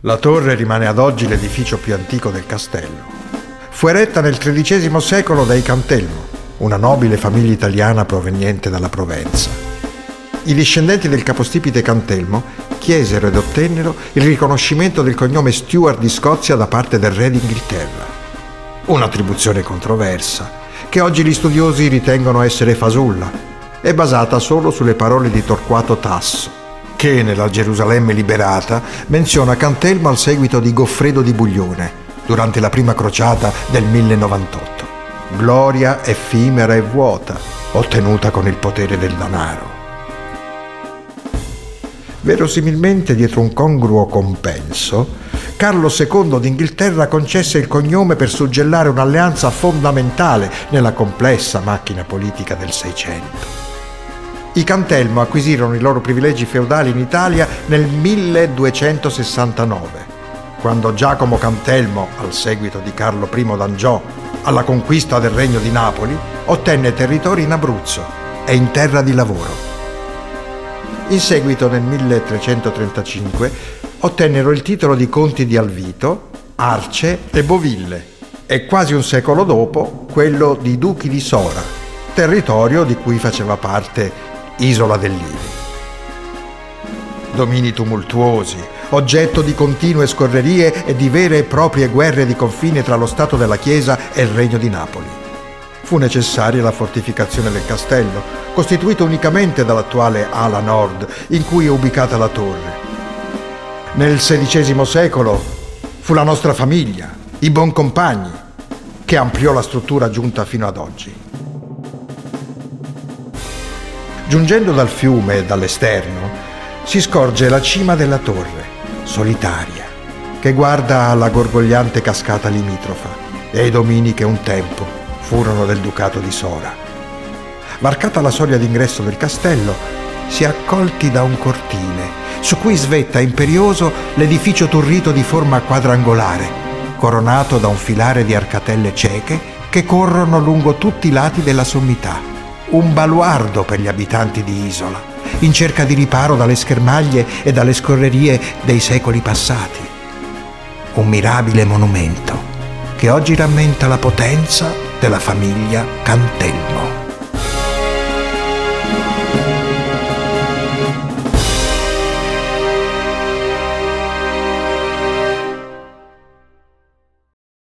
La torre rimane ad oggi l'edificio più antico del castello. Fu eretta nel XIII secolo dai Cantelmo, una nobile famiglia italiana proveniente dalla Provenza. I discendenti del capostipite Cantelmo chiesero ed ottennero il riconoscimento del cognome Stuart di Scozia da parte del re d'Inghilterra. Un'attribuzione controversa, che oggi gli studiosi ritengono essere fasulla, è basata solo sulle parole di Torquato Tasso, che nella Gerusalemme liberata menziona Cantelmo al seguito di Goffredo di Buglione, durante la prima crociata del 1098. Gloria effimera e vuota, ottenuta con il potere del danaro. Verosimilmente, dietro un congruo compenso, Carlo II d'Inghilterra concesse il cognome per suggellare un'alleanza fondamentale nella complessa macchina politica del Seicento. I Cantelmo acquisirono i loro privilegi feudali in Italia nel 1269, quando Giacomo Cantelmo, al seguito di Carlo I d'Angiò, alla conquista del Regno di Napoli, ottenne territori in Abruzzo e in terra di lavoro. In seguito, nel 1335, ottennero il titolo di conti di Alvito, Arce e Boville, e quasi un secolo dopo quello di duchi di Sora, territorio di cui faceva parte Isola del Livi. Domini tumultuosi, oggetto di continue scorrerie e di vere e proprie guerre di confine tra lo Stato della Chiesa e il Regno di Napoli. Fu necessaria la fortificazione del castello, costituito unicamente dall'attuale ala nord, in cui è ubicata la torre. Nel XVI secolo fu la nostra famiglia, i Boncompagni, che ampliò la struttura giunta fino ad oggi. Giungendo dal fiume e dall'esterno, si scorge la cima della torre, solitaria, che guarda alla gorgogliante cascata limitrofa e ai domini che un tempo furono del Ducato di Sora. Varcata la soglia d'ingresso del castello, si è accolti da un cortile, su cui svetta imperioso l'edificio turrito di forma quadrangolare, coronato da un filare di arcatelle cieche che corrono lungo tutti i lati della sommità. Un baluardo per gli abitanti di Isola, in cerca di riparo dalle schermaglie e dalle scorrerie dei secoli passati. Un mirabile monumento che oggi rammenta la potenza della famiglia Cantelmo.